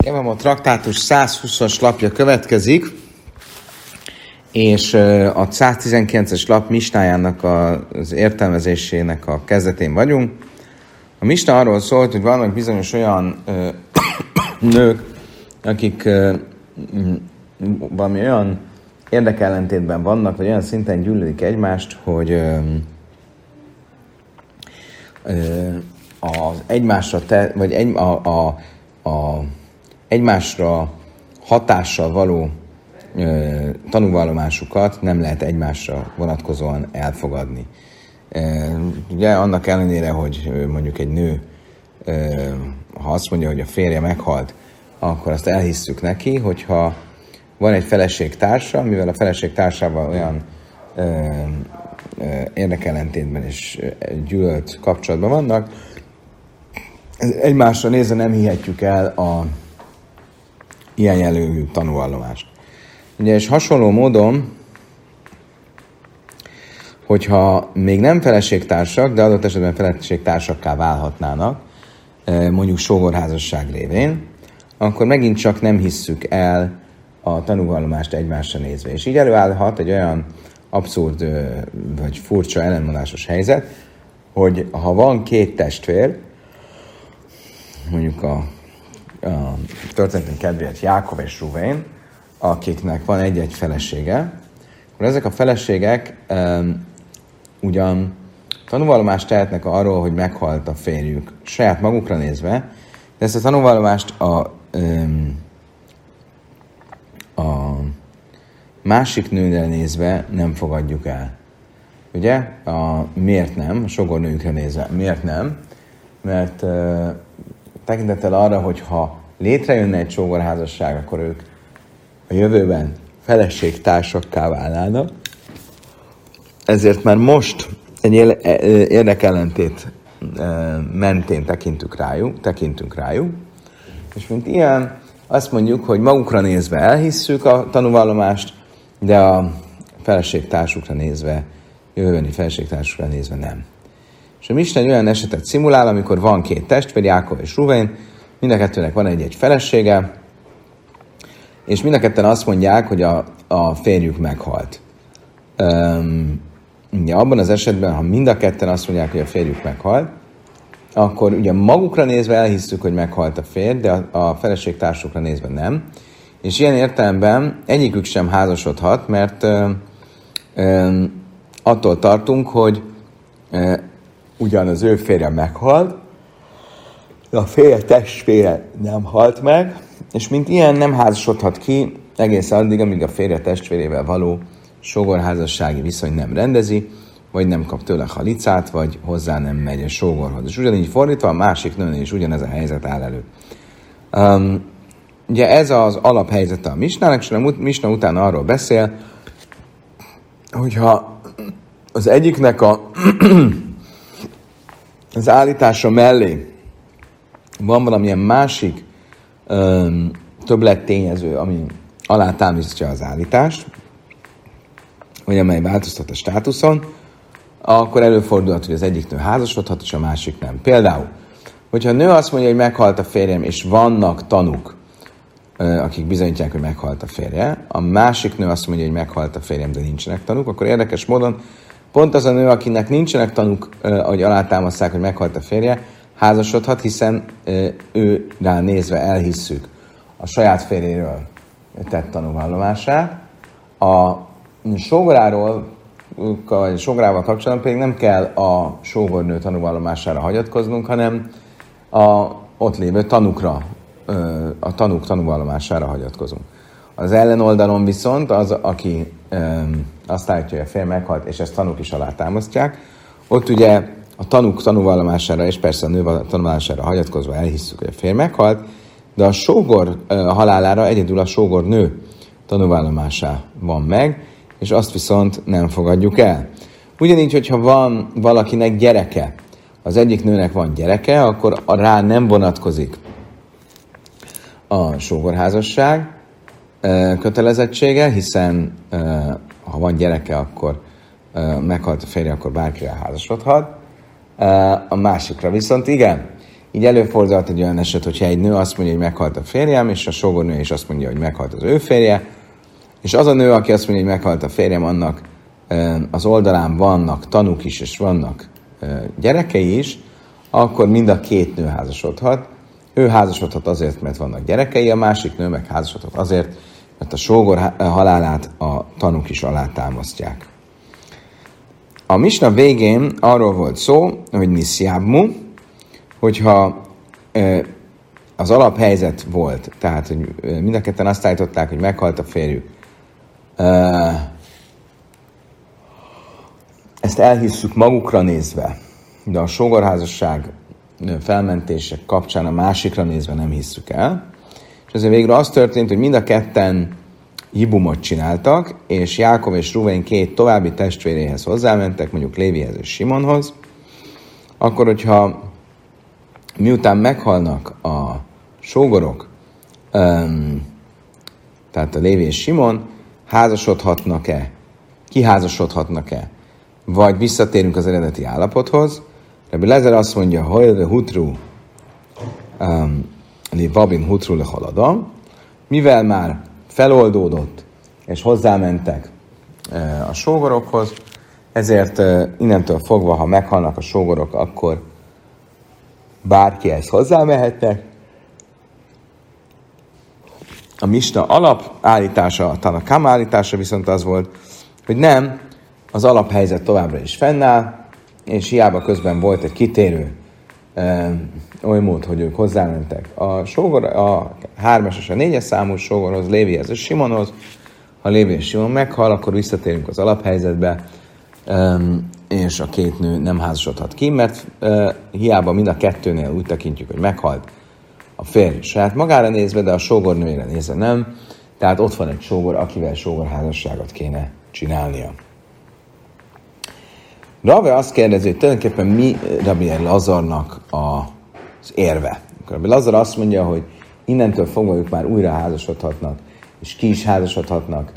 A traktátus 120-as lapja következik, és a 119-es lap misnájának az értelmezésének a kezdetén vagyunk. A misna arról szólt, hogy vannak bizonyos olyan nők, akik valami olyan érdekellentétben vannak, vagy olyan szinten gyűlölik egymást, hogy az egymásra egymásra hatással való tanúvallomásukat nem lehet egymásra vonatkozóan elfogadni. Ugye annak ellenére, hogy mondjuk egy nő, ha azt mondja, hogy a férje meghalt, akkor azt elhisszük neki, hogyha van egy feleségtársa, mivel a feleségtársával olyan érdekellentétben és gyűlölt kapcsolatban vannak, egymásra nézve nem hihetjük el ilyen jellegű tanúvallomást. Ugye, és hasonló módon, hogyha még nem feleségtársak, de adott esetben feleségtársakká válhatnának, mondjuk sógorházasság révén, akkor megint csak nem hisszük el a tanúvallomást egymásra nézve. És így előállhat egy olyan abszurd vagy furcsa ellenmondásos helyzet, hogy ha van két testvér, mondjuk a történetünk kedvéért Jákov és Ruvén, akiknek van egy-egy felesége, akkor ezek a feleségek ugyan tanúvallomást tehetnek arról, hogy meghalt a férjük saját magukra nézve, de ezt a tanúvallomást a másik nőre nézve nem fogadjuk el. Ugye? Miért nem? A sógornőjükre nézve. Miért nem? Mert tekintettel arra, hogy ha létrejönne egy sógorházasság, akkor ők a jövőben feleségtársakká válnának. Ezért már most egy érdekellentét mentén tekintünk rájuk. És mint ilyen, azt mondjuk, hogy magukra nézve elhisszük a tanúvallomást, de a feleségtársukra nézve, jövőbeni feleségtársukra nézve nem. És a misna egy olyan esetet szimulál, amikor van két testvér, Jákov és Ruvén, mind a kettőnek van egy felesége, és mind a ketten azt mondják, hogy a férjük meghalt. Ugye abban az esetben, ha mind a ketten azt mondják, hogy a férjük meghalt, akkor ugye magukra nézve elhisztük, hogy meghalt a férj, de a feleségtársukra nézve nem. És ilyen értelemben egyikük sem házasodhat, mert attól tartunk, hogy ugyan az ő férje meghalt, de a férje testvére nem halt meg, és mint ilyen nem házasodhat ki egész addig, amíg a férje testvérével való sógorházassági viszony nem rendezi, vagy nem kap tőle halicát, vagy hozzá nem megy a sógorhoz. És ugyanígy fordítva, a másik nőnél is ugyanez a helyzet áll elő. Ugye ez az alaphelyzete a misnának, és a misna után arról beszél, hogyha az egyiknek az állítása mellé van valamilyen másik többlettényező, ami alátámasztja az állítást, vagy amely változtat a státuszon, akkor előfordulhat, hogy az egyik nő házasodhat, és a másik nem. Például, hogyha a nő azt mondja, hogy meghalt a férjem, és vannak tanúk, akik bizonyítják, hogy meghalt a férje, a másik nő azt mondja, hogy meghalt a férjem, de nincsenek tanúk, akkor érdekes módon pont az a nő, akinek nincsenek tanúk, hogy alátámasztják, hogy meghalt a férje, házasodhat, hiszen ő rá nézve elhisszük a saját férjéről tett tanúvallomását. A sógorával kapcsolatban pedig nem kell a sógornő tanúvallomására hagyatkoznunk, hanem ott lévő tanúkra, a tanúk tanúvallomására hagyatkozunk. Az ellenoldalon viszont az, aki azt állítja, hogy a férj meghalt, és ezt tanúk is alátámasztják, ott ugye a tanúk tanúvallomására, és persze a nő tanúvallomására hagyatkozva elhisszük, hogy a férj meghalt, de a sógor halálára egyedül a sógornő tanúvallomása van meg, és azt viszont nem fogadjuk el. Ugyanígy, hogyha van valakinek gyereke, az egyik nőnek van gyereke, akkor rá nem vonatkozik a sógorházasság kötelezettsége, hiszen ha van gyereke, akkor meghalt a férje, akkor bárkivel házasodhat. A másikra viszont igen. így előfordulhat egy olyan eset, hogyha egy nő azt mondja, hogy meghalt a férjem, és a sógornő is azt mondja, hogy meghalt az ő férje, és az a nő, aki azt mondja, hogy meghalt a férjem, annak az oldalán vannak tanúk is, és vannak gyerekei is, akkor mind a két nő házasodhat. Ő házasodhat azért, mert vannak gyerekei, a másik nő meg házasodhat azért, mert a sógor halálát a tanúk is alátámasztják. A misna végén arról volt szó, hogy nisziábmu, hogyha az alaphelyzet volt, tehát hogy mind a ketten azt állították, hogy meghalt a férjük. Ezt elhisszük magukra nézve, de a sógorházasság felmentések kapcsán a másikra nézve nem hisszük el. És azért végül az történt, hogy mind a ketten hibumot csináltak, és Jákov és Ruvain két további testvéréhez hozzámentek, mondjuk Lévihez és Simonhoz, akkor, hogyha miután meghalnak a sógorok, tehát a Lévi és Simon, házasodhatnak-e, kiházasodhatnak-e, vagy visszatérünk az eredeti állapothoz. Rabbi Lezer azt mondja, hajlve hutru, li babin hutru le haladam, mivel már feloldódott, és hozzámentek a sógorokhoz, ezért innentől fogva, ha meghalnak a sógorok, akkor bárkihez hozzámehetnek. A misna alapállítása, a Tanakama állítása viszont az volt, hogy nem, az alaphelyzet továbbra is fennáll, és hiába közben volt egy kitérő oly mód, hogy ők hozzámentek a sógor, a 3-as és a 4-es számú sógorhoz, Lévihez és Simonhoz. Ha Lévi és Simon meghal, akkor visszatérünk az alaphelyzetbe, és a két nő nem házasodhat ki, mert hiába mind a kettőnél úgy tekintjük, hogy meghalt a férj saját magára nézve, de a sógornőjére nézve nem. Tehát ott van egy sógor, akivel sógorházasságot kéne csinálnia. Rave azt kérdezi, hogy tulajdonképpen mi Rabbi Lazarnak az érve. Rabbi Lazar azt mondja, hogy innentől fogva ők már újra házasodhatnak, és ki is házasodhatnak.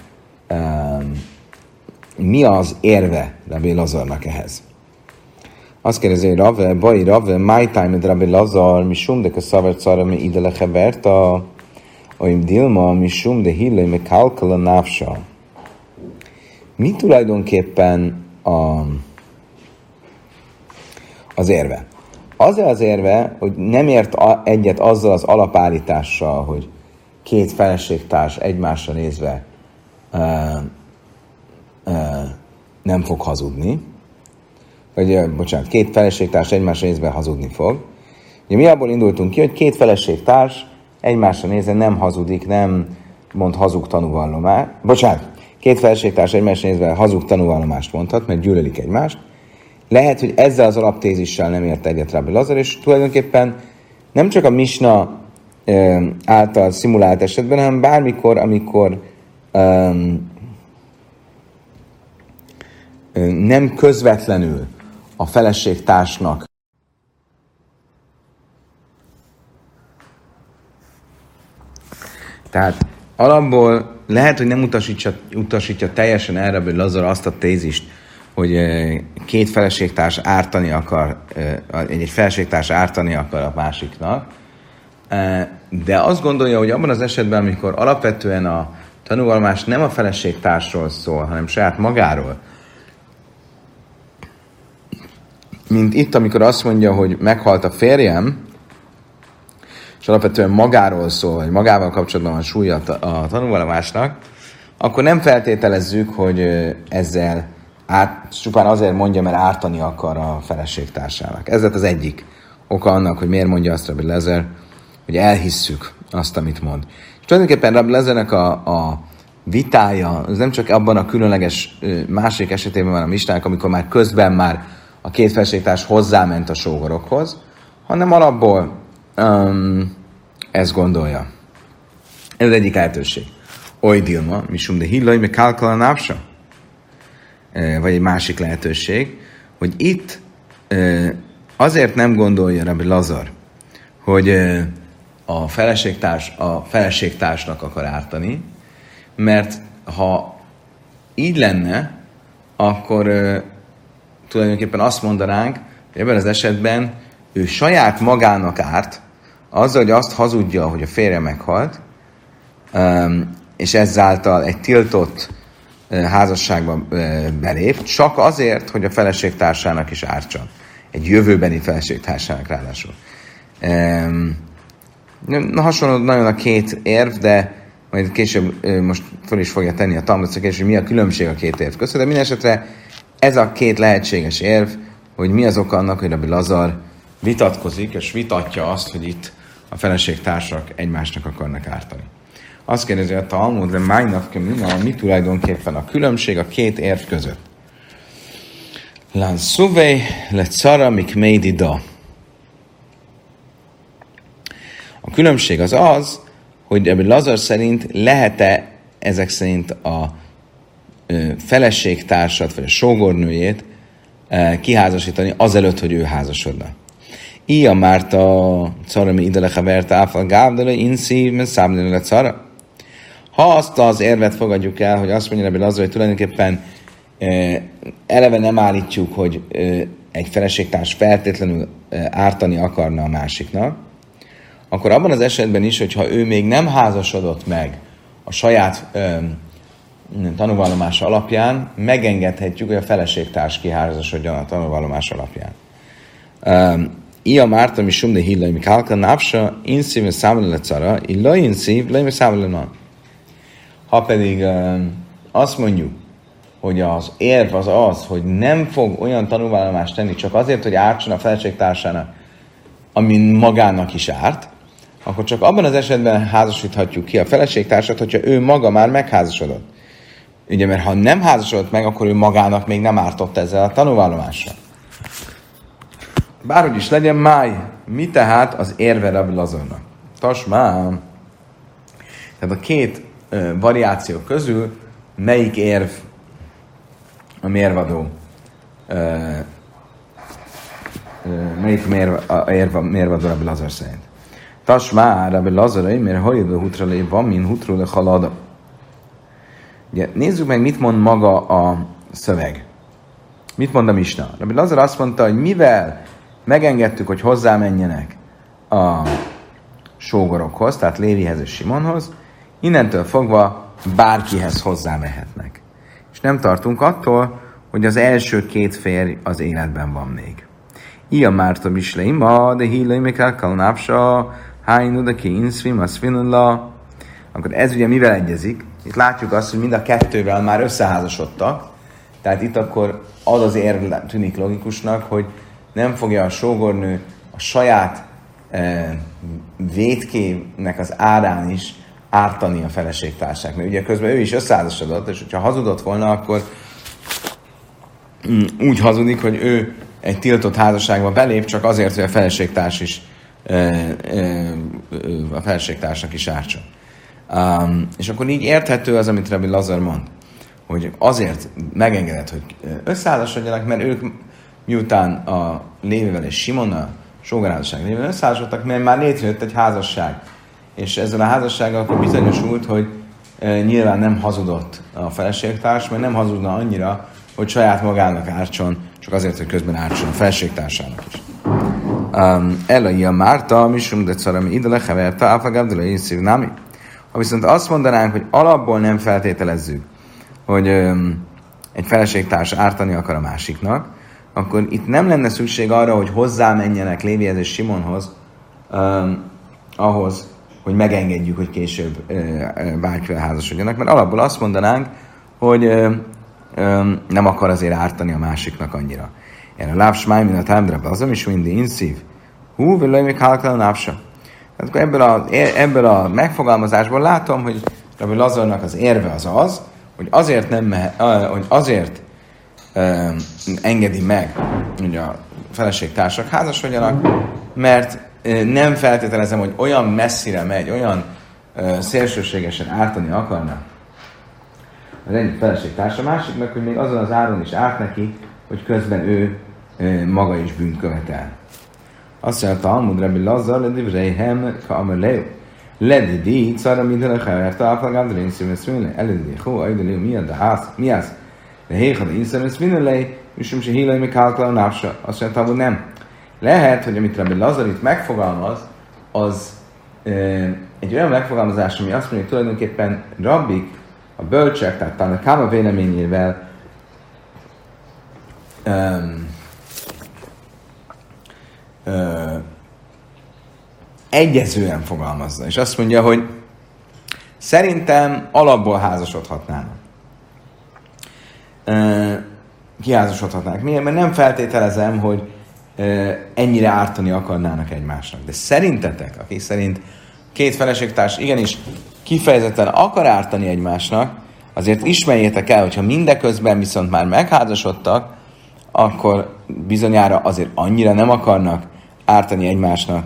Mi az érve Rabbi Lazarnak ehhez? Azt kérdezi, hogy Rave, baj Rave, my time with Rabbi Lazar, misum de kaszavar cara mi ide leheverta, oim dilma, misum de hillai me kalkala návsa. Mi tulajdonképpen az érve? Az érve, hogy nem ért egyet azzal az alapállítással, hogy két feleségtárs egymásra nézve nem fog hazudni, vagy két feleségtárs egymásra nézve hazudni fog. Ugye mi abból indultunk ki, hogy két feleségtárs egymásra nézve nem hazudik, nem mond hazug tanúvallomást. Két feleségtárs egymásra nézve hazug tanúvallomást mondhat, mert gyűlölik egymást. Lehet, hogy ezzel az alaptézissel nem ért egyet Rabbi Lazar, és tulajdonképpen nem csak a misna által szimulált esetben, hanem bármikor, amikor nem közvetlenül a feleségtársnak tehát alapból lehet, hogy nem utasítja teljesen erre Rabbi Lazar azt a tézist, hogy két feleségtárs ártani akar, egy feleségtárs ártani akar a másiknak, de azt gondolja, hogy abban az esetben, amikor alapvetően a tanúvallomás nem a feleségtársról szól, hanem saját magáról, mint itt, amikor azt mondja, hogy meghalt a férjem, és alapvetően magáról szól, vagy magával kapcsolatban van súlya a tanúvallomásnak, akkor nem feltételezzük, hogy ezzel csupán azért mondja, mert ártani akar a feleségtársának. Ez lett az egyik oka annak, hogy miért mondja azt Rabbi Lezer, hogy elhisszük azt, amit mond. És tulajdonképpen Rabbi Lezernek a vitája, az nem csak abban a különleges másik esetében van a misnák, amikor már közben már a két feleségtárs hozzáment a sógorokhoz, hanem alapból ezt gondolja. Ez az egyik lehetőség. Oly Dilma, misum de hillai, meg kálkala návsa. Vagy egy másik lehetőség, hogy itt azért nem gondolja Rabbi Lazar, hogy a feleségtársnak akar ártani, mert ha így lenne, akkor tulajdonképpen azt mondanánk, hogy ebben az esetben ő saját magának árt, azzal, hogy azt hazudja, hogy a férje meghalt, és ezáltal egy tiltott házasságba belép, csak azért, hogy a feleségtársának is ártson. Egy jövőbeni feleségtársának ráadásul. Hasonló nagyon a két érv, de majd később most fel is fogja tenni a Talmud, hogy mi a különbség a két érv között, de minden esetre ez a két lehetséges érv, hogy mi az oka annak, hogy Rabbi Lazar vitatkozik, és vitatja azt, hogy itt a feleségtársak egymásnak akarnak ártani. Azt kérdezi a Talmud, de májnak mi tulajdonképpen a különbség a két érv között. Lan szuvej le cara mikmédi da. A különbség az, hogy Rabbi Lazar szerint lehet-e ezek szerint a feleségtársat, vagy a sógornőjét kiházasítani azelőtt, hogy ő házasodna. Ilyen Márta carami idelechaverta áfal gávdele inszi, mert számlélő le cara. Ha azt az érvet fogadjuk el, hogy azt mondja Rabbi Lazar, hogy tulajdonképpen eleve nem állítjuk, hogy egy feleségtárs feltétlenül ártani akarna a másiknak, akkor abban az esetben is, hogyha ő még nem házasodott meg a saját tanúvallomása alapján, megengedhetjük, hogy a feleségtárs kiházasodjon a tanúvallomás alapján. Ilyen Márta, mi sumde hillai, mi kálka nápsa, inszív, és számolele cara, illa inszív, lej, mi számolele. Ha pedig azt mondjuk, hogy az érv az, hogy nem fog olyan tanúvallomást tenni, csak azért, hogy ártson a feleségtársának, amin magának is árt, akkor csak abban az esetben házasíthatjuk ki a feleségtársat, hogyha ő maga már megházasodott. Ugye, mert ha nem házasodott meg, akkor ő magának még nem ártott ezzel a tanúvallomással. Bárhogy is legyen, mi tehát az érve Rabbi Lazarnak? Tasmá! Tehát a két variáció közül melyik érv a mérvadó? Melyik mérvadó Rabbi Lazar szerint? Tasmá, Rabbi Lazarai, mert hajjadó hutralé van, min hutrólé halada. Ugye, nézzük meg, mit mond maga a szöveg. Mit mond a Misna? Rabbi Lazar azt mondta, hogy mivel megengedtük, hogy hozzámenjenek a sógorokhoz, tehát Lévihez és Simonhoz, innentől fogva bárkihez hozzámehetnek. És nem tartunk attól, hogy az első két férj az életben van még. Ilyen Márta Bisleima, de híleimekkel kalnápsa, hájnu, de ki inszvim, az finulla. Akkor ez ugye mivel egyezik? Itt látjuk azt, hogy mind a kettővel már összeházasodtak, tehát itt akkor az érv tűnik logikusnak, hogy nem fogja a sógornő a saját vétkének az árán is ártani a feleségtársát. Mert ugye közben ő is összeházasodott, és hogyha hazudott volna, akkor úgy hazudik, hogy ő egy tiltott házasságba belép, csak azért, hogy a feleségtárs is a feleségtársnak is ártson. És akkor így érthető az, amit Rabbi Lazar mond, hogy azért megengedett, hogy összeházasodjanak, mert ők miután a Lévivel és Simonnal, sógorházasság lévén összeházasodtak, mert már létrejött egy házasság. És ezzel a házassággal akkor bizonyosult, hogy nyilván nem hazudott a feleségtárs, mert nem hazudna annyira, hogy saját magának ártson, csak azért, hogy közben ártson a feleségtársának is. Elaia Márta, misum de carami ide leheverta, áfagabdele és szívnámi. Ha viszont azt mondanánk, hogy alapból nem feltételezzük, hogy egy feleségtárs ártani akar a másiknak, akkor itt nem lenne szükség arra, hogy hozzámenjenek Lévihez és Simonhoz, ahhoz, hogy megengedjük, hogy később bárkivel házasodjanak, mert alapból azt mondanánk, hogy nem akar azért ártani a másiknak annyira. Erre lápsmáj, mint a támdra, az is mindig inszív. Hú, vélem még hálkál a nápsa. Tehát akkor ebből a megfogalmazásból látom, hogy Rabbi Lazarnak az érve az, hogy azért hogy azért engedi meg, hogy a feleségtársak házasodjanak, mert nem feltételezem, hogy olyan messzire megy, olyan szélsőségesen ártani akarna az egyik feleségtársa másiknak, hogy még azon az áron is árt neki, hogy közben ő maga is bűnt követel. Azt mondja, Talmud Rabbi Lazar, ledivreihem ka'ameleu. Ledidi, cara minden heverta, áfagádrén szíveszműle, eledidi, hó, ajdelő, mi az? De héha, de iszemesz mindenlej, misum se hílaj, meg hálkala a nápsa. Azt mondja, Talmud nem. Lehet, hogy amit Rabbi Lazar itt megfogalmaz, az egy olyan megfogalmazás, ami azt mondja, hogy tulajdonképpen rabbik, a bölcsek, tehát talán Káma véleményével egyezően fogalmazza. És azt mondja, hogy szerintem alapból házasodhatnának. Kiházasodhatnák. Miért? Mert nem feltételezem, hogy ennyire ártani akarnának egymásnak. De szerintetek, aki szerint két feleségtárs igenis kifejezetten akar ártani egymásnak, azért ismerjétek el, hogyha mindeközben viszont már megházasodtak, akkor bizonyára azért annyira nem akarnak ártani egymásnak,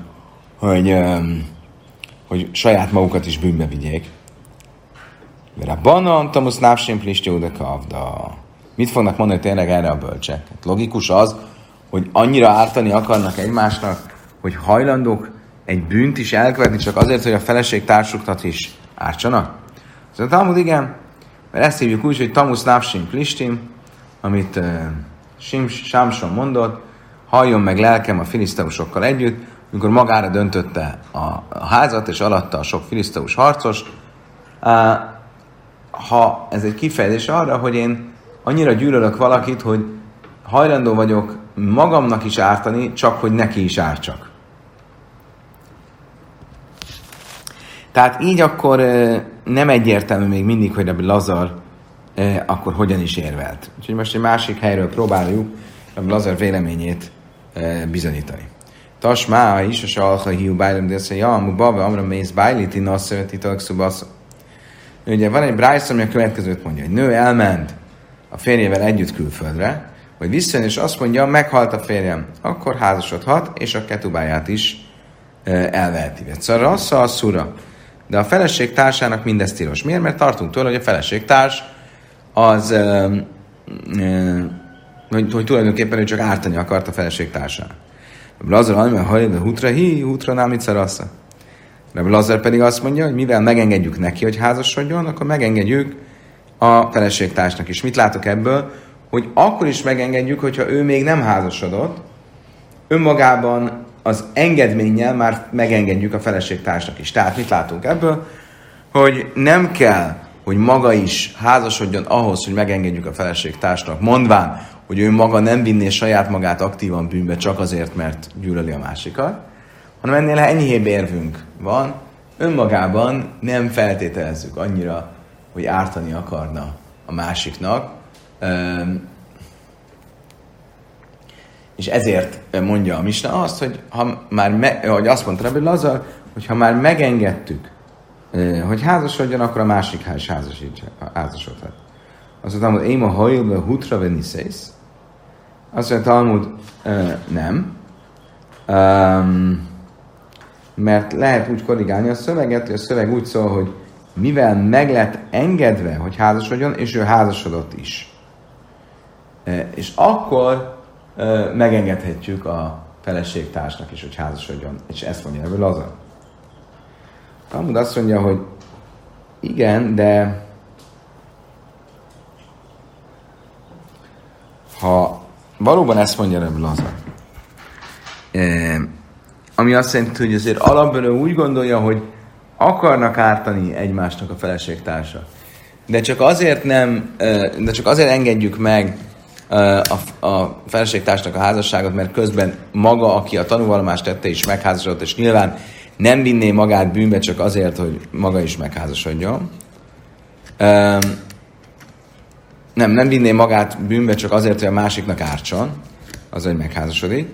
hogy saját magukat is bűnbe vigyék. Mert a banan, tamusz návsém plistjó de kavda. Mit fognak mondani tényleg erre a bölcsek? Hát logikus az, hogy annyira ártani akarnak egymásnak, hogy hajlandók egy bűnt is elkövetni, csak azért, hogy a feleség társukat is ártsanak. Szóval Talmud igen, mert ezt hívjuk úgy, hogy tamusz návsém plistim, amit Sámson mondott, halljon meg lelkem a filiszteusokkal együtt, amikor magára döntötte a házat, és alatta a sok filiszteus harcos. Ha ez egy kifejezés arra, hogy én annyira gyűlölök valakit, hogy hajlandó vagyok magamnak is ártani, csak hogy neki is ártsak. Tehát így akkor nem egyértelmű még mindig, hogy Rabbi Lazar akkor hogyan is érvelt. Úgyhogy most egy másik helyről próbáljuk Rabbi Lazar véleményét bizonyítani. Tasmá is, a salha hiú bájlom, de azt mondja, ja, amu bave, amra mész bájliti, nasszöveti, talakszubasza. Ugye van egy brájsz, ami a következőt mondja, hogy nő elment a férjével együtt külföldre, vagy visszajön, és azt mondja, meghalt a férjem, akkor házasodhat, és a ketubáját is elveheti. Szóval rassza a szura. De a feleség társának mindez tilos. Miért? Mert tartunk tőle, hogy a feleségtárs az, hogy tulajdonképpen ő csak ártani akart a feleségtársának. Lazar alma hajlva hutra námit szarassa. Lazar pedig azt mondja, hogy mivel megengedjük neki, hogy házasodjon, akkor megengedjük a feleségtársnak is. Mit látok ebből? Hogy akkor is megengedjük, hogyha ő még nem házasodott, önmagában az engedménnyel már megengedjük a feleségtársnak is. Tehát mit látunk ebből? Hogy nem kell, hogy maga is házasodjon ahhoz, hogy megengedjük a feleségtársnak, mondván, hogy ő maga nem vinné saját magát aktívan bűnbe csak azért, mert gyűlöli a másikat, hanem ennél enyhébb érvünk van, önmagában nem feltételezzük annyira, hogy ártani akarna a másiknak, és ezért mondja a Misna azt, hogy hogy azt mondta Rabbi Lazar, hogy ha már megengedtük, hogy házasodjon, akkor a másik is házasodhat. Azt mondta, hogy én a hajlba hutra veniszész. Azt mondta, Talmud, nem. Mert lehet úgy korrigálni a szöveget, hogy a szöveg úgy szól, hogy mivel meg lett engedve, hogy házasodjon, és ő házasodott is. És akkor megengedhetjük a feleségtársnak is, hogy házasodjon. És ezt mondja ebből Lazar. Talmud azt mondja, hogy igen, de ha valóban ezt mondja Rabbi Lazar, ami azt jelenti, hogy azért alapból úgy gondolja, hogy akarnak ártani egymásnak a feleségtársa. De csak azért engedjük meg a feleségtársnak a házasságot, mert közben maga, aki a tanúvallomást tette, is megházasodott, és nyilván nem vinné magát bűnbe csak azért, hogy maga is megházasodjon. Nem vinné magát bűnbe csak azért, hogy a másiknak ártson, az, hogy megházasodik.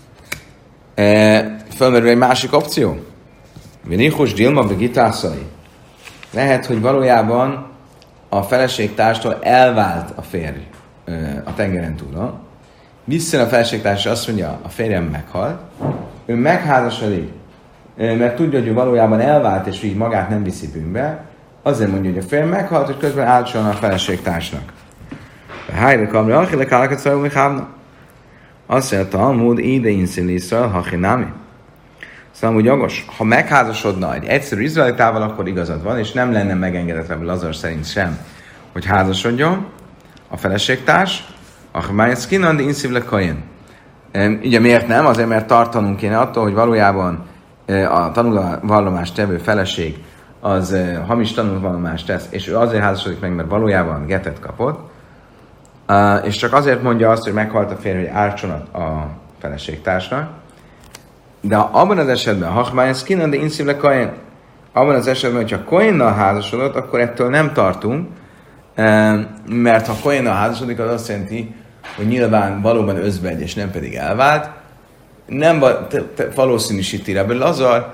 Fölmerül egy másik opció. Vinichus Dilma Begitászai. Lehet, hogy valójában a feleségtárstól elvált a férj a tengeren túlon. Visszajön a feleségtárs, és azt mondja, a férjem meghalt. Ő megházasodik, mert tudja, hogy ő valójában elvált, és így magát nem viszi bűnbe. Azért mondja, hogy a férjem meghalt, hogy közben átsolna a feleségtársnak. Hájra kamra, achille kálakat szarul mikhávna. Azt mondja, Talmud, idején sziliszral, hachinami. Szóval úgy jogos, ha megházasodna egy egyszerű izraelitával, akkor igazad van, és nem lenne megengedett Rabbi Lazar szerint sem, hogy házasodjon a feleségtárs, Ugye miért nem? Azért, mert tartanunk kéne attól, hogy valójában a tanulvallomást tevő feleség az hamis tanulvallomást tesz, és ő azért házasodik meg, mert valójában getet kapott, és csak azért mondja azt, hogy meghalt a férj, hogy ártson a feleségtársnak. De abban az esetben, ha ez kinan, de inszívle kajen, abban az esetben, hogyha koénnal házasodott, akkor ettől nem tartunk, mert ha koénnal házasodik, az azt jelenti, hogy nyilván valóban özvegy, és nem pedig elvált. Nem valószínűsíti ebből azzal,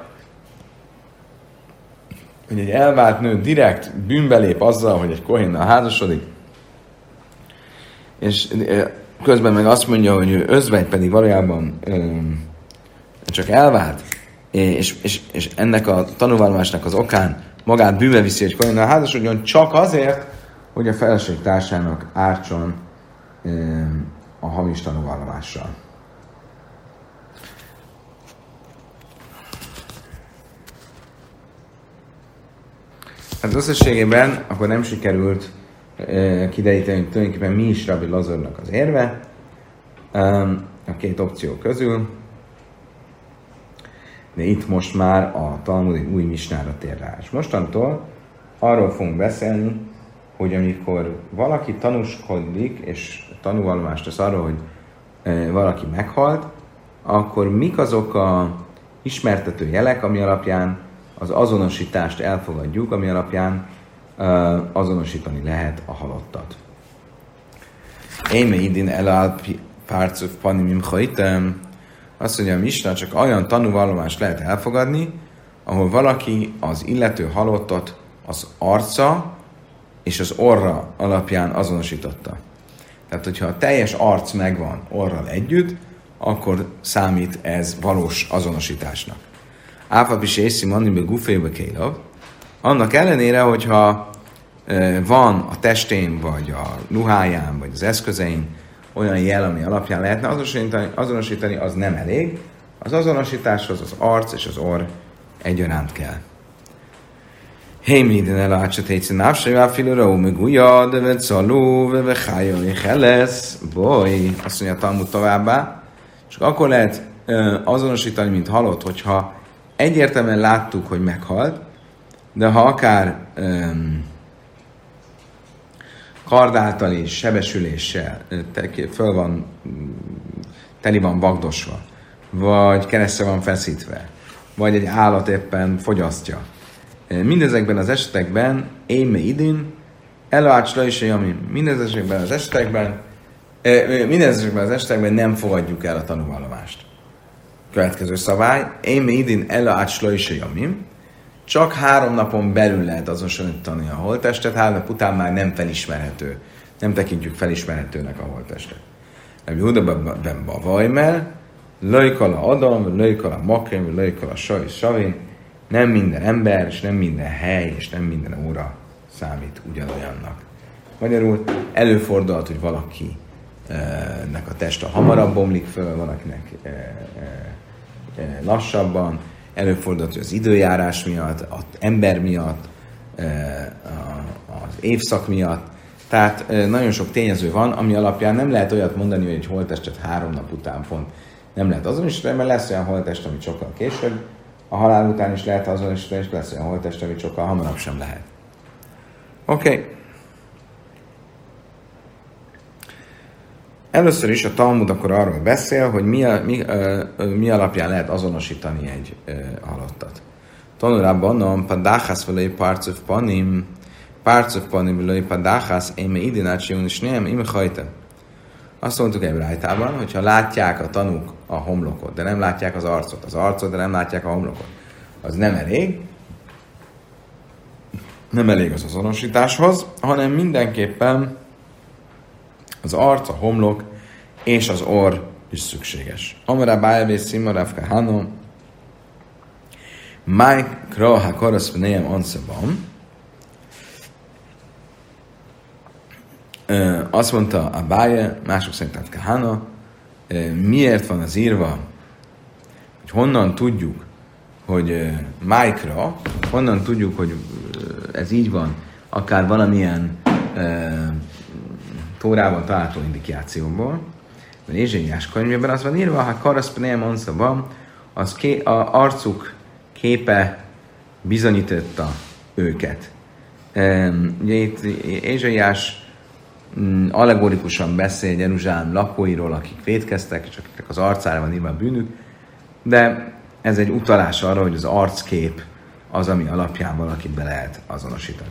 hogy egy elvált nő direkt bűnbe lép azzal, hogy egy kohénnal házasodik, és közben meg azt mondja, hogy ő özvegy, pedig valójában csak elvált, és ennek a tanulvallomásnak az okán magát bűnbe viszi, hogy kohénnal házasodjon, csak azért, hogy a feleség társának ártson a hamis tanúvallomással. Hát összességében akkor nem sikerült kideríteni, hogy tulajdonképpen mi is Rabbi Lazarnak az érve a két opció közül, de itt most már a Talmud egy új misnára tér rá. És mostantól arról fogunk beszélni, hogy amikor valaki tanúskodik, és tanúvallomást tesz arról, hogy valaki meghalt, akkor mik azok a ismertető jelek, ami alapján az azonosítást elfogadjuk, ami alapján azonosítani lehet a halottat. Én idin elál párcuf panimim hajtem. Azt mondja, a misna csak olyan tanúvallomást lehet elfogadni, ahol valaki az illető halottat az arca és az orra alapján azonosította. Tehát, hogyha a teljes arc megvan orral együtt, akkor számít ez valós azonosításnak. Áfapis észi mannibe gufébe kélav. Annak ellenére, hogyha van a testén, vagy a ruháján, vagy az eszközein olyan jel, ami alapján lehetne azonosítani, az nem elég. Az azonosításhoz az arc és az orr egyaránt kell. Hémiden elácsatéci návsajvá filoró, meg ujjad, ve caló, ve chájolj, helesz, boly. Azt mondja a Talmud továbbá. Csak akkor lehet azonosítani, mint halott, hogyha egyértelműen láttuk, hogy meghalt, de ha akár kard által és sebesüléssel teli van vagdosva, vagy keresztre van feszítve, vagy egy állat éppen fogyasztja. Mindezekben az esetekben éme idin, elácsra is mindezekben az esetekben nem fogadjuk el a tanúvallomást. Következő szabály, éme idin elácsra is csak 3 napon belül lehet azonosítani a holttestet, 3 nap után már nem felismerhető. Nem tekintjük felismerhetőnek a holttestet. Rabbi Huda ben Bavajmel, löjkala Adam, löjkala Makrém, löjkala Savin, nem minden ember, és nem minden hely, és nem minden óra számít ugyanolyannak. Magyarul előfordulhat, hogy valakinek a teste hamarabb bomlik föl, valakinek lassabban, előfordulhat, hogy az időjárás miatt, az ember miatt, az évszak miatt. Tehát nagyon sok tényező van, ami alapján nem lehet olyat mondani, hogy egy holttestet 3 nap után pont nem lehet azonosítani, mert lesz olyan holttest, amit sokkal később, a halál után is lehet azonosítani, és lesz olyan holttest, amit sokkal hamarabb sem lehet. Oké. Először is a Talmud akkor arról beszél, hogy mi alapján lehet azonosítani egy halottat. Tanulában non padáchász velői párcuf panim velői padáchász, én me idinácsión is nem, én hajtem. Azt mondtuk egy rájtában, hogyha látják a tanúk a homlokot, de nem látják az arcot, de nem látják a homlokot, az nem elég. Nem elég az azonosításhoz, hanem mindenképpen az arc, a homlok és az orr is szükséges. Amara bájvé szimaráv kahanom, májkra ha karasz venéjem anszabam. Azt mondta a báje, mások szerint kahana, miért van az írva, hogy honnan tudjuk, hogy májkra, honnan tudjuk, hogy ez így van, akár valamilyen Tórában található indikációból. Ézsaiás könyvében az van írva, ha karaszpenél monszabam, az a arcuk képe bizonyította őket. Ugye itt Ézsaiás allegorikusan beszél Jeruzsálem lakóiról, akik vétkeztek, és akiknek az arcára van írva a bűnük, de ez egy utalás arra, hogy az arckép az, ami alapján valakit be lehet azonosítani.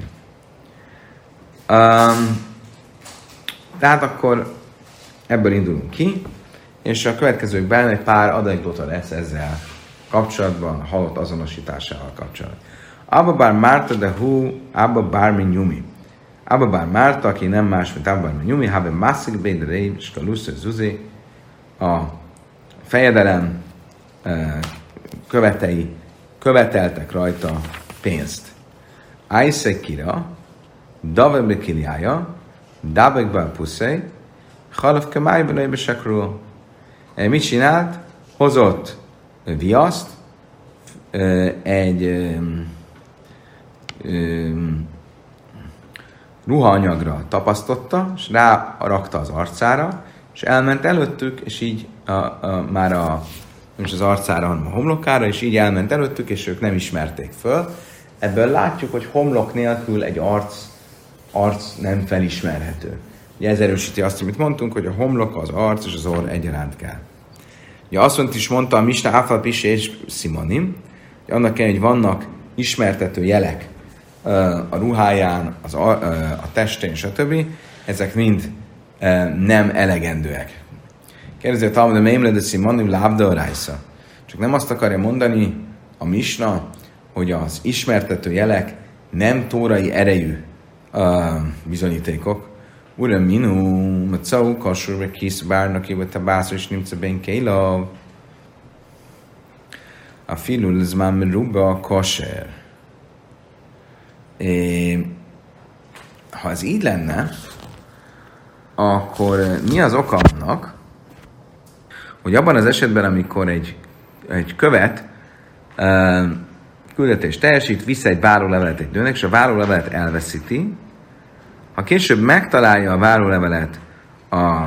Tehát akkor ebből indulunk ki, és a következőkben egy pár anekdota lesz ezzel kapcsolatban, a halott azonosításával kapcsolatban. Abba bár Márta, de hú, Abba bár min Nyumi. Abba bár Márta, aki nem más, mint Abba bár min Nyumi, habe masszik bédrei, és a lussző zuzé, a fejedelem követei követeltek rajta pénzt. Ájszekira, davebbe kiliája, dabekbe a puszei, halaf kemájban egy besekről. Mit csinált? Hozott viaszt, egy ruhaanyagra tapasztotta, és rárakta az arcára, és elment előttük, és így már nem is az arcára, hanem a homlokára, és így elment előttük, és ők nem ismerték föl. Ebből látjuk, hogy homlok nélkül egy arc nem felismerhető. Ugye ez erősíti azt, amit mondtunk, hogy a homlok, az arc és az orr egyaránt kell. Ugye azt is mondta a Misna Áfal Pisi és Simonim, hogy annak kell, hogy vannak ismertető jelek a ruháján, a testén, stb. Ezek mind nem elegendőek. Kérdezi a Talmud, de mémle de Simonim lábda rájsza. Csak nem azt akarja mondani a Misna, hogy az ismertető jelek nem tórai erejű bizonyítékok. Uram minu, macau, kasurbe kisz bárnak, vagy a bászor is nimce ben kélav. A filul ez már ruba kaser. Ha ez így lenne, akkor mi az oka annak, hogy abban az esetben, amikor egy követ küldetést teljesít, vissza egy várólevelet egy nőnek, és a várólevelet elveszíti, ha később megtalálja a várólevelet a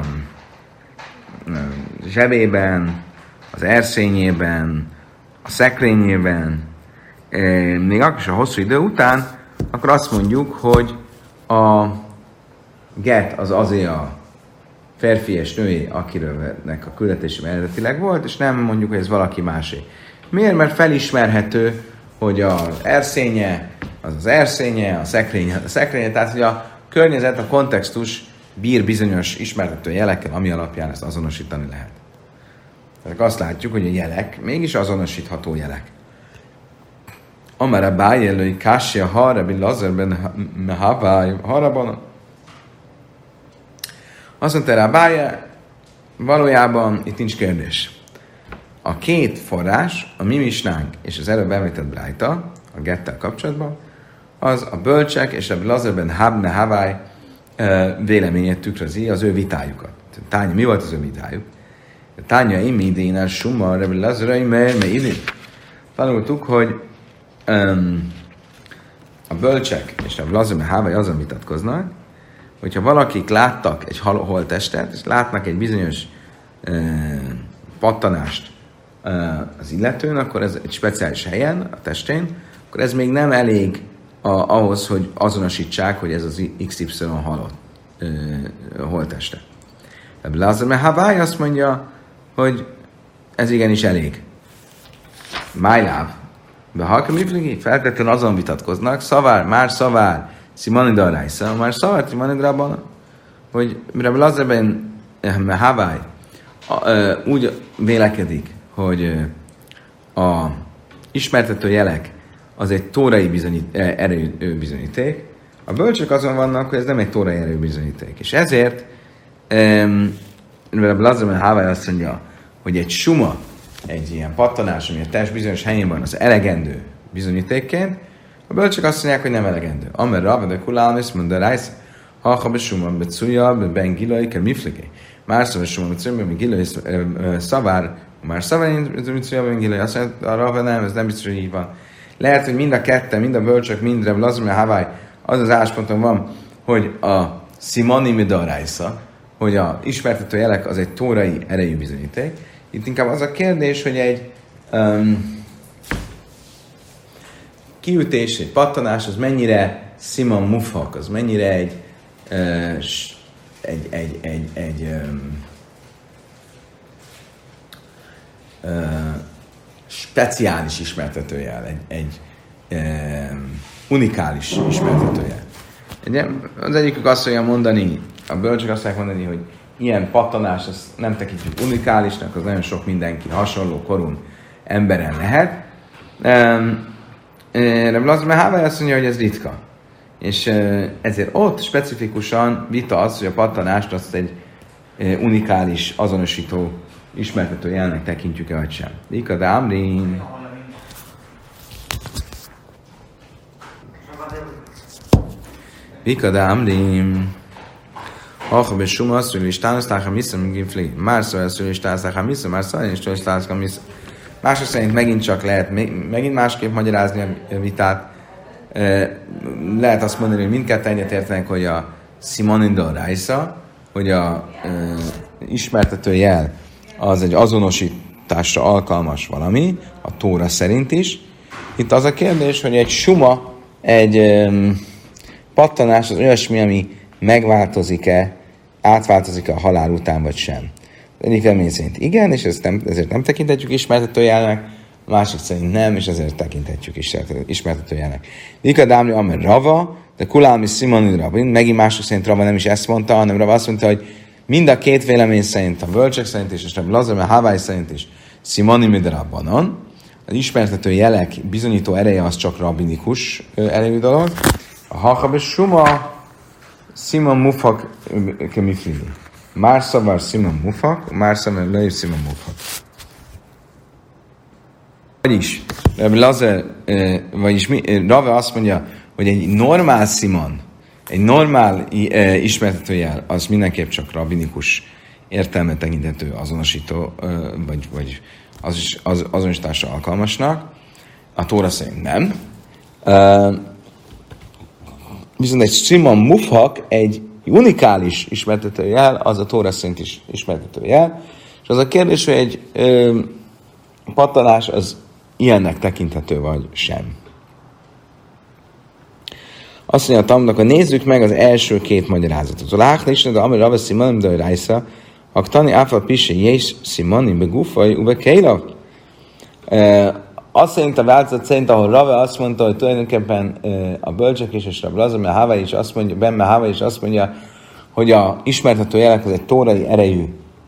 zsebében, az erszényében, a szekrényében, még akkor is a hosszú idő után, akkor azt mondjuk, hogy a get az azért a férfi és női, akinek a küldetésében eredetileg volt, és nem mondjuk, hogy ez valaki másé. Miért? Mert felismerhető, hogy az erszénye, az erszénye, a szekrénye, tehát hogy a környezet, a kontextus bír bizonyos ismertető jelekkel, ami alapján ezt azonosítani lehet. Tehát azt látjuk, hogy a jelek mégis azonosítható jelek. Amara bájelői kássia harabi lazerben mehavály haraban. Azt mondta rá Báje, valójában itt nincs kérdés. A két forrás, a mi misnánk és az előbb említett brájta, a gettel kapcsolatban, az a bölcsek és a lazerben habne havály véleményét tükrözi, az ő vitájukat. Tánya, mi volt az ő vitájuk? Tánya imidénál summa, rebbi lazerai mert tanultuk, hogy a bölcsek és a lazerben havály azon vitatkoznak, hogyha valakik láttak egy holttestet, és látnak egy bizonyos pattanást az illetőn, akkor ez egy speciális helyen, a testén, akkor ez még nem elég ahhoz, hogy azonosítsák, hogy ez az XY halott holtteste. Lázar Havály azt mondja, hogy ez igenis elég. Májláb. De halka mifligi, feltétlenül azon vitatkoznak, szavár, Simonida Rájsza, már szavart Simonidában, hogy mire Lázarben Havály úgy vélekedik, hogy a ismertető jelek az egy tórai erő bizonyíték, a bölcsök azon vannak, hogy ez nem egy tórai erő bizonyíték. És ezért Lázarben Havály azt mondja, hogy egy suma, egy ilyen pattanás, ami a test bizonyos helyén van, az elegendő bizonyítékként, a bölcsök azt mondják, hogy nem elegendő. Amer Rav, de Kulámis, Mondarájsz, ha besumman, becúja, ben gilai, kell mifligé. Már szóval besumman, becúja, ben gilai, szavár, már szavár, ben gilai, azt mondja, a Rav, nem, ez nem biztos, hogy így van. Lehet, hogy mind a ketten, mind a bölcsök, mind a Havály, az állásponton van, hogy a Simoni Midarájsza, hogy a ismertető jelek az egy tórai erejű bizonyíték. Itt inkább az a kérdés, hogy egy kiütés, egy pattanás, az mennyire Simon Mufak, az mennyire egy speciális ismertetőjel, egy unikális ismertetőjel. Ugye, az egyikük azt fogja mondani, a bölcsök azt fogják mondani, hogy ilyen pattanás, azt nem tekintjük unikálisnak, az nagyon sok mindenki hasonló korún emberen lehet. Rabbi Hávai azt mondja, hogy ez ritka. És ezért ott specifikusan vita az, hogy a pattanást azt egy unikális, azonosító, ismertető jelnek tekintjük-e vagy sem. Rika Dámrin. Rika Dámrin. Hacha besuma azt, hogy stálaszták a missza, mint gimfli. Már szóval azt, hogy stálaszták a missza, már szóval is stálaszták a missza. Mások szerint megint csak lehet, megint másképp magyarázni a vitát. Lehet azt mondani, hogy mindketten egyetértenek, hogy a Simonindor Raisa, hogy a ismertető jel az egy azonosításra alkalmas valami, a Tóra szerint is. Itt az a kérdés, hogy egy suma, egy pattanás az olyasmi, ami megváltozik-e, átváltozik-e a halál után, vagy sem. Egyik vélemény szerint igen, és ezért nem tekintetjük ismertetőjelnek, a másik szerint nem, és ezért tekintetjük ismertetőjelnek. Lika Dámli Amer Rava, de Kulálmi Simoni Rabin, megint mások szerint Rava nem is ezt mondta, hanem Rava azt mondta, hogy mind a két vélemény szerint, a bölcsek szerint is, és a Lazar Hávai szerint is, Simoni Midrabbanon, az ismertető jelek bizonyító ereje az csak rabbinikus erejű dolog. A Hachabes Suma Simon Mufak kemiflili. Már szavar Simon Mufak, már szavar lejjebb Simon Mufak. Vagyis, Rave azt mondja, hogy egy normál Simon, egy normál ismertetőjel, az mindenképp csak rabbinikus értelmet tekintető azonosító, vagy azonosításra alkalmasnak. A Tóra szerint nem. Viszont egy Simon Mufak, egy unikális ismertetőjel, az a Tóra szerint is ismertetőjel. És az a kérdés, hogy egy pattanás az ilyennek tekinthető, vagy sem. Azt mondja a Talmudnak, hogy nézzük meg az első két magyarázatot. A Láhna is, de amire Rava Simonim de Rájsza, Aktani Áfal Pisse Jés Simonim begufaj uve Kélav. Azt szerint a változat szerint, ahol Rava azt mondta, hogy tulajdonképpen a bölcsek is, és Rabbi Lazar Hávai is azt mondja, Ben Hávai is azt mondja, hogy a ismertető jelek az egy tórai erejű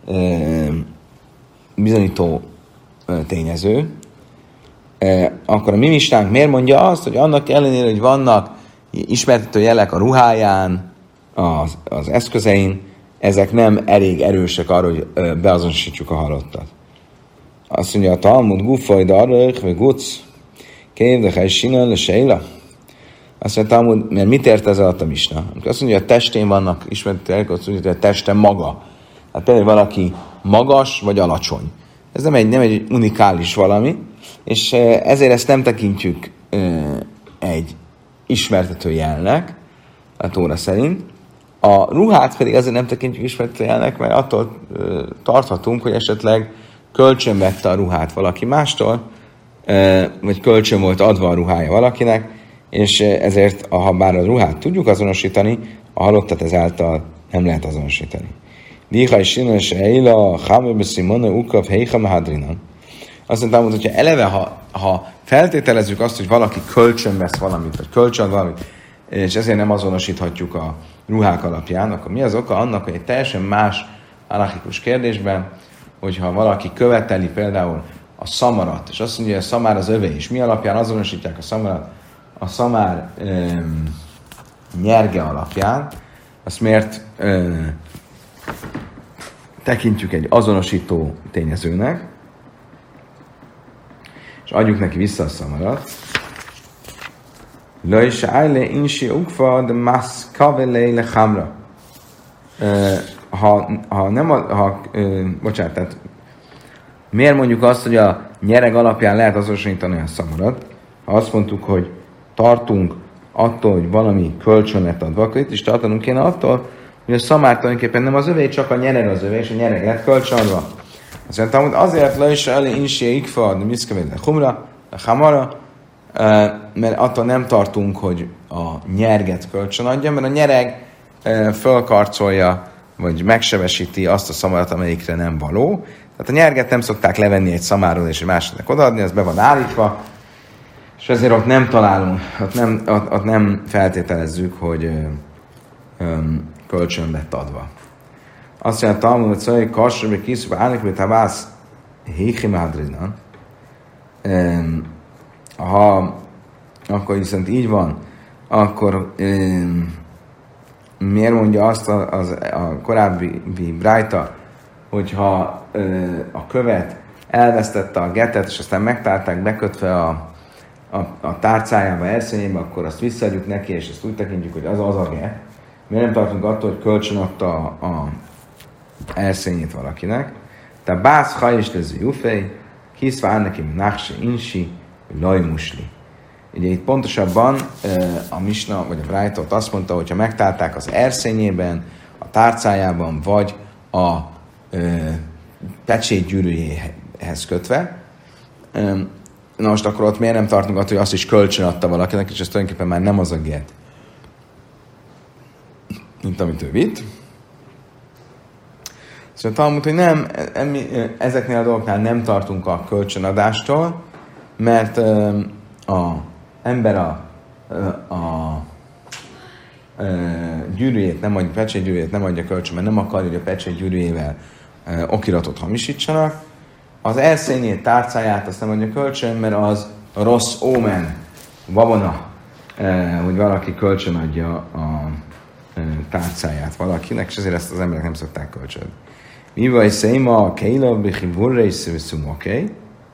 bizonyító tényező, akkor a mi mistánk miért mondja azt, hogy annak ellenére, hogy vannak ismertető jelek a ruháján, az eszközein, ezek nem elég erősek arra, hogy beazonosítsuk a halottat. Azt mondja a Talmud, Gufaj, de arröch, vagy guc, kévdechely, sinel, le sejla. Azt mondja a Talmud, mert mit ért ez alatt a misna? Azt mondja, hogy a testén vannak ismertető jelek, azt mondja, hogy a teste maga. Hát például valaki magas, vagy alacsony. Ez nem egy unikális valami, és ezért ezt nem tekintjük egy ismertető jelnek, a Tóra szerint. A ruhát pedig azért nem tekintjük ismertető jelnek, mert attól tarthatunk, hogy esetleg kölcsön vette a ruhát valaki mástól, vagy kölcsön volt adva a ruhája valakinek, és ezért, ha bár a ruhát tudjuk azonosítani, a halottat ezáltal nem lehet azonosítani. Díha és sinas eila, hámőbe szimone, ukav, heiha mehadrinan. Azt mondtam, hogyha eleve, ha feltételezzük azt, hogy valaki kölcsön vesz valamit, vagy kölcsön valamit, és ezért nem azonosíthatjuk a ruhák alapján, akkor mi az oka annak, hogy egy teljesen más halachikus kérdésben, hogyha valaki követeli például a szamarat, és azt mondja, hogy a szamár az övé, és mi alapján azonosítják a szamarat? A szamár nyerge alapján, azt miért tekintjük egy azonosító tényezőnek, és adjuk neki vissza a szamarat. Lőse ájle insi ukva, de mász kavelé le hamra. Bocsánat, tehát miért mondjuk azt, hogy a nyereg alapján lehet azonosítani a szamarat? Ha azt mondtuk, hogy tartunk attól, hogy valami kölcsön lett adva, akkor itt is tartanunk kéne attól, hogy a szamár tulajdonképpen nem az övé, csak a nyereg az övé, és a nyereg lett kölcsönadva. Azt mondtam, hogy azért le is elé insi ikfa, de miszkevéd a humra, a hamara, mert attól nem tartunk, hogy a nyerget kölcsönadja, mert a nyereg fölkarcolja, vagy megsebesíti azt a szamarat, amelyikre nem való. Tehát a nyerget nem szokták levenni egy szamáról és egy másiknak odaadni, az be van állítva, és ezért ott nem találunk, ott nem feltételezzük, hogy kölcsön lett adva. Azt mondja, Talmud, hogy szóval, hogy kassabbi kiszúba állnak, hogy tavász héki mádrinan. Ha akkor viszont így van, akkor miért mondja azt a korábbi brájta, hogyha a követ elvesztette a getet, és aztán megtalálták bekötve a tárcájába, erszényébe, akkor azt visszaadjuk neki, és ezt úgy tekintjük, hogy az a get. Miért nem tartunk attól, hogy kölcsön adta a erszényét valakinek? Tehát bász hajis lező jufej, hiszván neki náhse insi, lajmusli. Ugye itt pontosabban a Misna, vagy a Brájtot azt mondta, hogyha megtalálták az erszényében, a tárcájában, vagy a pecsét gyűrűjéhez kötve, na most akkor ott miért nem tartunk attól, hogy azt is kölcsön adta valakinek, és ez tulajdonképpen már nem az a get, mint amit ő vitt. Szóval Talmud, hogy nem, ezeknél a dolgoknál nem tartunk a kölcsönadástól, mert a ember a gyűrűjét nem adja, pecsétgyűrűjét nem adja kölcsön, mert nem akarja, hogy a pecsétgyűrűjével okiratot hamisítsanak. Az erszényét, tárcáját azt nem adja kölcsön, mert az a rossz ómen, babona, hogy valaki kölcsön adja a tárcáját valakinek, és ezért ezt az emberek nem szokták kölcsön. Mi vagy széma a keila, bichi burra és szövőszum, oké?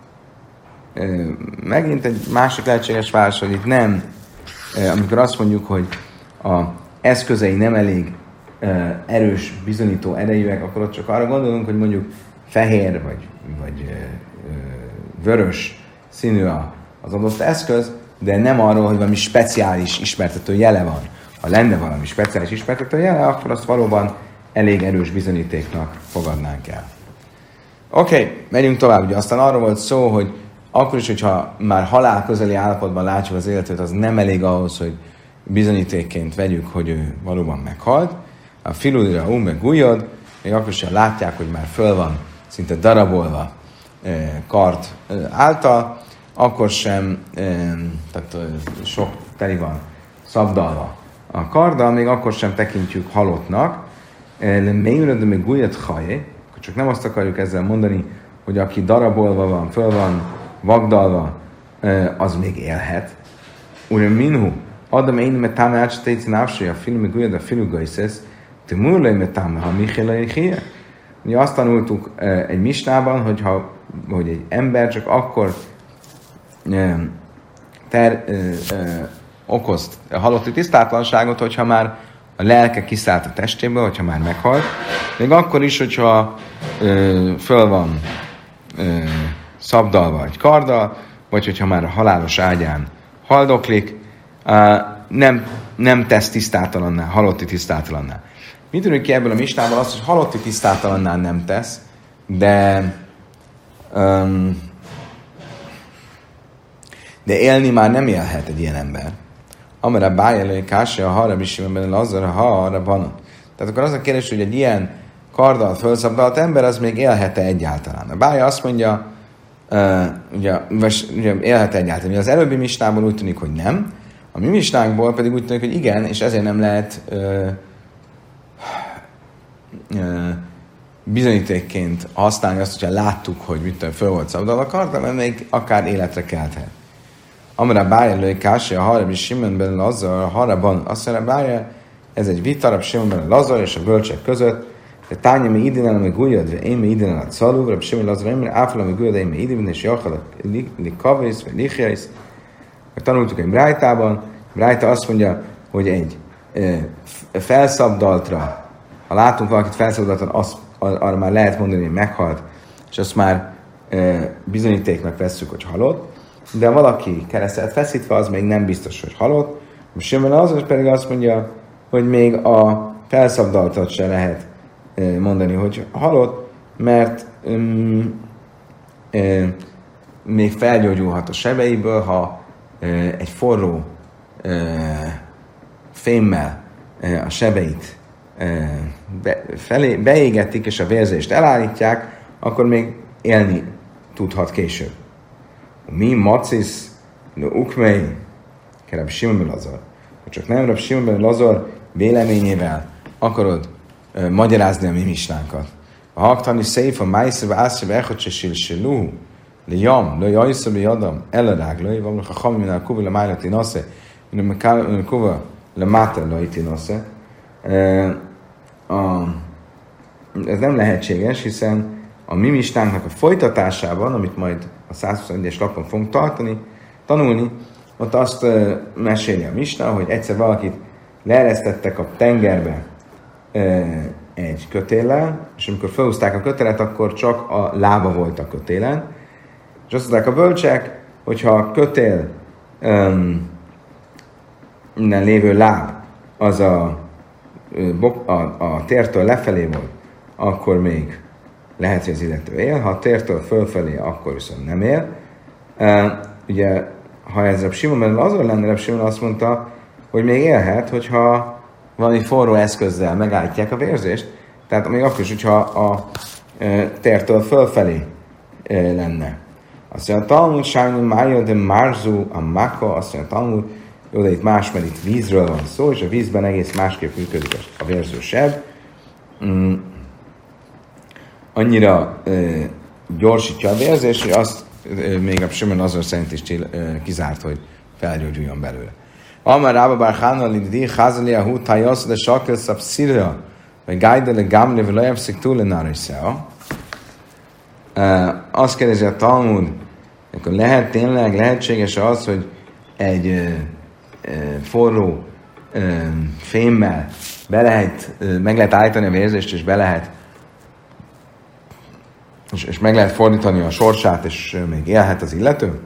Megint egy másik lehetséges válasz, hogy itt nem, amikor azt mondjuk, hogy a eszközei nem elég erős, bizonyító erejűek, akkor ott csak arra gondolunk, hogy mondjuk fehér vagy vörös színű az adott eszköz, de nem arról, hogy valami speciális ismertető jele van. Ha lenne valami speciális ismertető jele, akkor azt valóban elég erős bizonyítéknak fogadnánk el. Oké, megyünk tovább. Ugye aztán arról volt szó, hogy akkor is, hogyha már halál közeli állapotban látjuk az életét, az nem elég ahhoz, hogy bizonyítékként vegyük, hogy ő valóban meghalt. A filudira meg újjad, még akkor is, ha látják, hogy már föl van szinte darabolva kard által, akkor sem, tehát sok teli van szabdalva a karddal, még akkor sem tekintjük halottnak. Mélyülöd, még újjad hajé, csak nem azt akarjuk ezzel mondani, hogy aki darabolva van, föl van vagdalva, az még élhet. Uram minhu, adom én me táme átsatéci návsója, filu meg újjad a filu gajszesz, te múlai me táme, ha Michelai híje. Ugye azt tanultuk egy misnában, hogy egy ember csak akkor okoz halotti tisztátlanságot, hogyha már a lelke kiszállt a testéből, hogyha már meghalt. Még akkor is, hogyha föl van szabdalva egy karddal, vagy hogyha már a halálos ágyán haldoklik, nem tesz tisztátalanná, halotti tisztátalanná. Mit tudjuk ki ebből a misnából? Azt, hogy halotti tisztátalanná nem tesz, de élni már nem élhet egy ilyen ember. Amire bájelő kásia, ha arra bisimben lazar, ha arra van. Tehát akkor az a kérdés, hogy egy ilyen karddal fölszabdalt ember, az még élhet-e egyáltalán? A bája azt mondja, ugye élhet-e egyáltalán. Ugye az előbbi misnából úgy tűnik, hogy nem. A mi misnánkból pedig úgy tűnik, hogy igen, és ezért nem lehet bizonyítékként használni azt, hogyha láttuk, hogy föl volt szabdal a karddal, mert még akár életre kelthet. Amire bájelő kásia, ha arra bisimben lazar, ha arra van, azt mondja, bája, ez egy vita, Rab Simonben Lazar és a bölcsek között, de tánya mi idén el, meg újjad, vagy én mi idén el a szalú, Rab Simon Lazar, én áfala, meg újjad, én mi idén, és jachal, likavész, vagy lichjaisz. Tanultuk egy Brájtában, Brájta azt mondja, hogy egy felszabdaltra, ha látunk valakit felszabdaltan, arra már lehet mondani, hogy meghalt, és azt már bizonyítéknak vesszük, hogy halott, de valaki keresztet feszítve, az még nem biztos, hogy halott. Simon Lazar pedig azt mondja, hogy még a felszabdaltat se lehet mondani, hogy halott, mert még felgyógyulhat a sebeiből, ha egy forró fémmel a sebeit beégetik, és a vérzést elállítják, akkor még élni tudhat később. Mi macisz, ukmei, Reb Simon ben Lazar. Ha csak nem Reb Simon ben Lazar véleményével akarod magyarázni a mi misnánkat. A haktani széf a májszebe ászebe echocse silsiluhu le jam, le jajszebe be jadam, elerág le, van a chami minál kuva le májlati nasze, minál kuva le máter lajti nasze. Ez nem lehetséges, hiszen a mi misnánknak a folytatásában, amit majd a 121-es lapon fogunk tanulni, ott azt meséli a misna, hogy egyszer valakit leeresztettek a tengerbe egy kötéllel, és amikor felhúzták a kötelet, akkor csak a lába volt a kötélen, és azt mondták a bölcsek, hogyha a kötél innen lévő láb az a tértől lefelé volt, akkor még lehet, hogy az illető él, ha a tértől fölfelé, akkor viszont nem él. Ugye, ha ez Reb Simon ben Lazar lenne, Reb Simon azt mondta, hogy még élhet, hogyha valami forró eszközzel megállítják a vérzést, tehát még akkor is, hogyha a tértől fölfelé lenne. Azt mondja, a Talmud, Sájnő, Mája, de Márzu, a Maka, azt mondja, a Talmud, jó, de itt más, mert itt vízről van szó, és a vízben egész másképp működik a vérző seb. Annyira gyorsítja a vérzést, hogy azt még a Simon Lazar szerint is kizárt, hogy felgyógyuljon belőle. Amar Rabba bar Chana liddi chazali a hút hajasz de sakel szapszirja, vagy gájda le gamle velajav sziktule narisea. Azt kérdezi a Talmud, akkor lehetséges az, hogy egy forró fémmel meg lehet állítani a vérzést, és és meg lehet fordítani a sorsát, és még élhet az illető?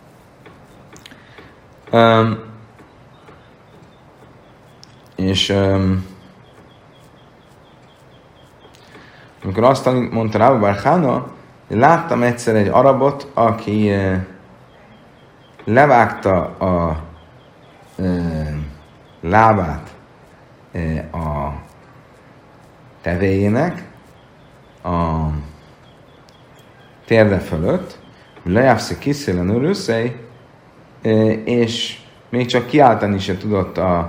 Amikor azt mondta Rabba bar Chana, láttam egyszer egy arabot, aki levágta a lábát a tevéjének a térde fölött, lejávszik kiszélen örösszei, és még csak kiáltani se tudott a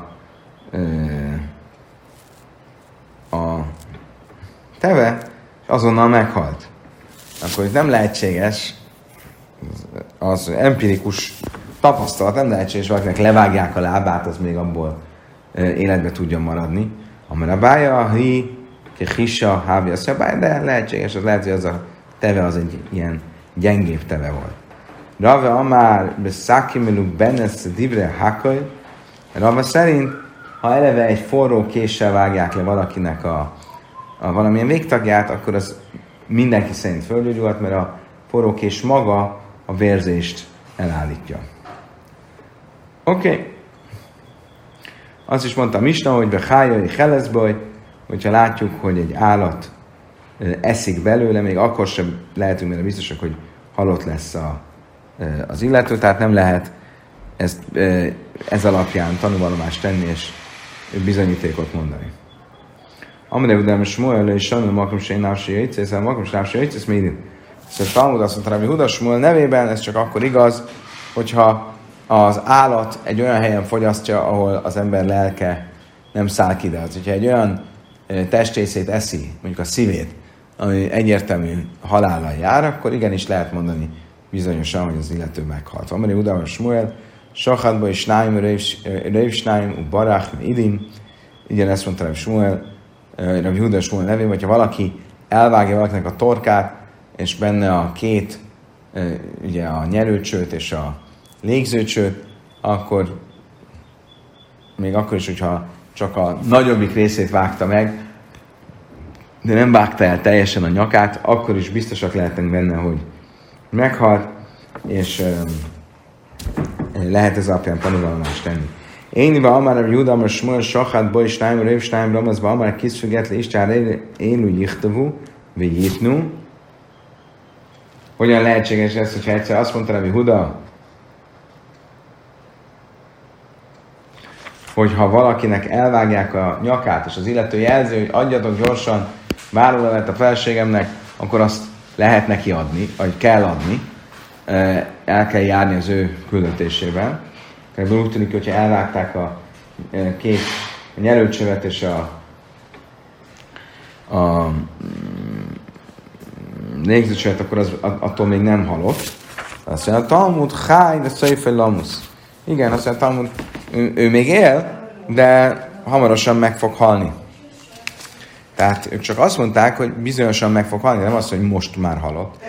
teve, és azonnal meghalt. Akkor ez nem lehetséges, az empirikus tapasztalat, nem lehetséges, valakinek levágják a lábát, az még abból életbe tudjon maradni. Amire a bája, hi, kihisa, hávi, az a bája, de lehetséges, az lehet, hogy az a teve az egy ilyen gyengébb teve volt. Rave amár beszakimelu benes divre hakaj, Rave szerint, ha eleve egy forró késsel vágják le valakinek a valamilyen végtagját, akkor az mindenki szerint földgyógyulhat, mert a forró kés maga a vérzést elállítja. Oké. Azt is mondta a misna, hogy behájai heleszbaj, hogyha látjuk, hogy egy állat eszik belőle, még akkor sem lehetünk benne biztosak, hogy halott lesz az illető, tehát nem lehet ez alapján tanúvallomást tenni és bizonyítékot mondani. Amire udám Smuel és Sanul Makom Sejnávsi Jöjtsz, a Makom Sejnávsi Jöjtsz, ezt mérin. Szóval Talmud azt mondta, hogy Huda Smuel nevében, ez csak akkor igaz, hogyha az állat egy olyan helyen fogyasztja, ahol az ember lelke nem száll ki, de hogyha egy olyan testrészét eszi, mondjuk a szívét, ami egyértelmű halállal jár, akkor igenis lehet mondani bizonyosan, hogy az illető meghalt. Amire Uda Smuel, Sachadba és Snáim, Rövsnáim, Barach, Idim, igen, ezt mondta Smuel, Rabbi Huda Smuel nevén, hogyha valaki elvágja valakinek a torkát, és benne a két, ugye a nyelőcsőt és a légzőcsőt, akkor még akkor is, hogyha csak a nagyobbik részét vágta meg, de nem vágta el teljesen a nyakát, akkor is biztosak lehetnek benne, hogy meghalt, és lehet ez alapján tanulvallomást tenni. Éniva amár a Júda, amár Smuel, Sachát, Boj, Stájm, Rév, Stájm, Ramazba, amár kiszfügetli, Istár, Élu, Jichtavu, vagy Jitnu. Hogyan lehetséges ez, hogyha egyszer azt mondta Rabbi Huda, hogy ha valakinek elvágják a nyakát, és az illető jelzi, hogy adjatok gyorsan várólevet a felségemnek, akkor azt lehet neki adni, vagy kell adni, el kell járni az ő küldetésében. Ebből úgy tűnik, hogyha elvágták a két nyelőcsövet és a légzőcsövet, akkor az attól még nem halott. Azt mondja, a Talmud, háj, de szöjfej lamusz. Igen, azt mondja, a Talmud, ő még él, de hamarosan meg fog halni. Tehát ők csak azt mondták, hogy bizonyosan meg fog halni, nem azt, hogy most már halott.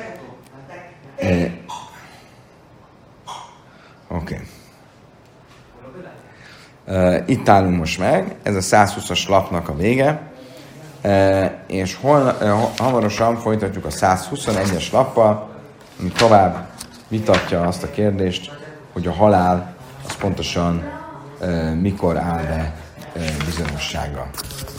Oké. Itt állunk most meg, ez a 120-as lapnak a vége, és hamarosan folytatjuk a 121-es lappal, ami tovább vitatja azt a kérdést, hogy a halál az pontosan mikor áll be bizonyossággal.